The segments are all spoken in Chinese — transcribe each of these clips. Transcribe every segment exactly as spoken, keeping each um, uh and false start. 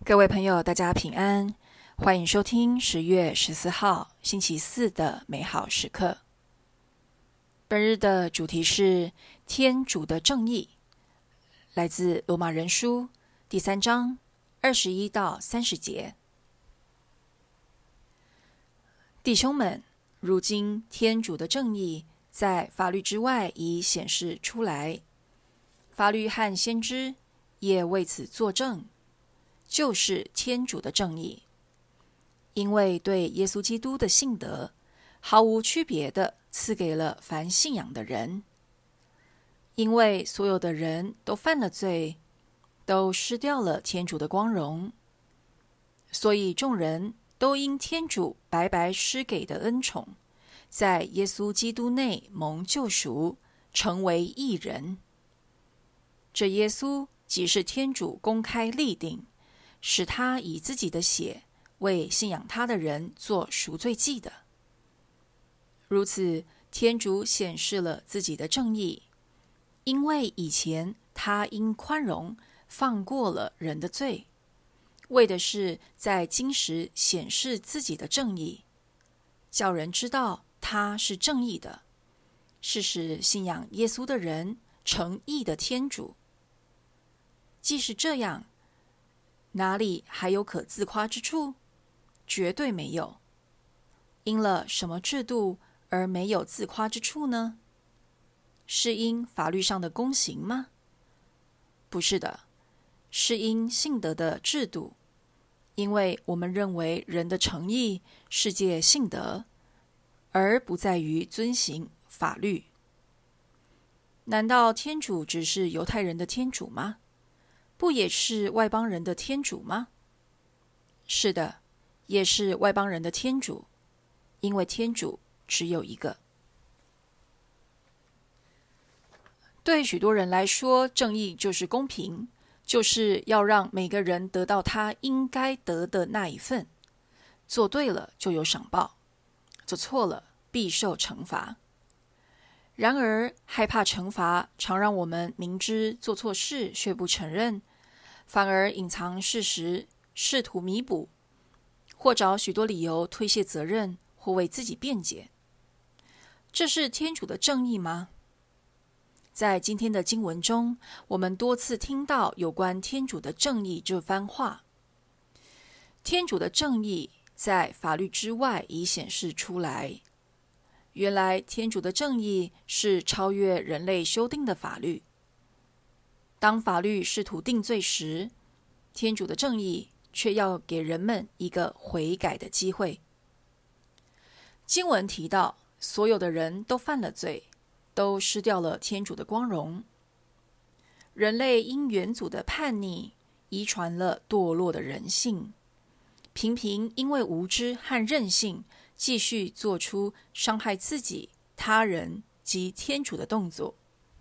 各位朋友，大家平安，欢迎收听十月十四号星期四的美好时刻。本日的主题是天主的正义，来自罗马人书第三章二十一到三十节。弟兄们，如今天主的正义在法律之外已显示出来，法律和先知也为此作证，就是天主的正义，因为对耶稣基督的信德毫无区别地赐给了凡信仰的人。因为所有的人都犯了罪，都失掉了天主的光荣，所以众人都因天主白白施给的恩宠，在耶稣基督内蒙救赎，成为义人。这耶稣即是天主公开立定，使他以自己的血为信仰他的人做赎罪祭的。如此，天主显示了自己的正义，因为以前他因宽容放过了人的罪，为的是在今时显示自己的正义，叫人知道他是正义的，是使信仰耶稣的人成义的天主。既是这样，哪里还有可自夸之处？绝对没有。因了什么制度而没有自夸之处呢？是因法律上的公行吗？不是的，是因信德的制度。因为我们认为人的诚意是借信德，而不在于遵行法律。难道天主只是犹太人的天主吗？不也是外邦人的天主吗？是的，也是外邦人的天主，因为天主只有一个。对许多人来说，正义就是公平，就是要让每个人得到他应该得的那一份。做对了就有赏报，做错了必受惩罚。然而，害怕惩罚常让我们明知做错事却不承认，反而隐藏事实，试图弥补，或找许多理由推卸责任，或为自己辩解。这是天主的正义吗？在今天的经文中，我们多次听到有关天主的正义这番话。天主的正义在法律之外已显示出来。原来天主的正义是超越人类修订的法律。当法律试图定罪时，天主的正义却要给人们一个悔改的机会。经文提到，所有的人都犯了罪，都失掉了天主的光荣。人类因元祖的叛逆，遗传了堕落的人性，频频因为无知和任性，继续做出伤害自己、他人及天主的动作。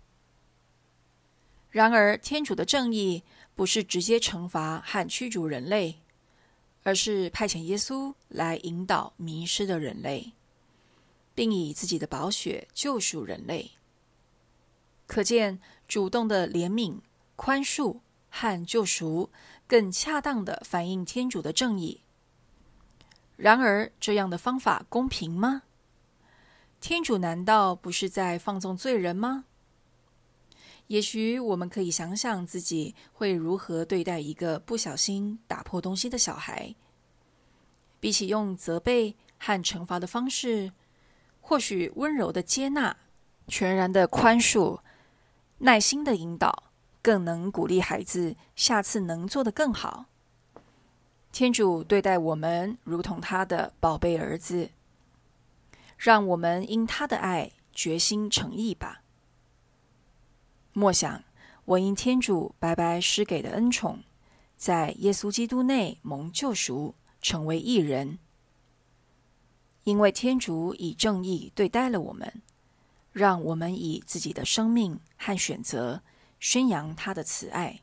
然而，天主的正义不是直接惩罚和驱逐人类，而是派遣耶稣来引导迷失的人类，并以自己的宝血救赎人类。可见，主动的怜悯、宽恕和救赎更恰当地反映天主的正义。然而，这样的方法公平吗？天主难道不是在放纵罪人吗？也许我们可以想想自己会如何对待一个不小心打破东西的小孩。比起用责备和惩罚的方式，或许温柔的接纳、全然的宽恕、耐心的引导，更能鼓励孩子下次能做得更好。天主对待我们如同他的宝贝儿子，让我们因他的爱决心诚意吧。默想，我因天主白白施给的恩宠，在耶稣基督内蒙救赎，成为义人。因为天主以正义对待了我们，让我们以自己的生命和选择宣扬他的慈爱。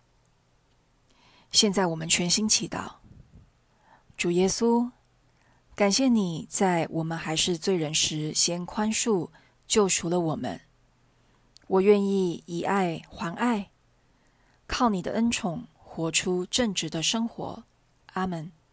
现在我们全心祈祷，主耶稣，感谢你在我们还是罪人时先宽恕救赎了我们。我愿意以爱还爱，靠你的恩宠活出正直的生活。阿们。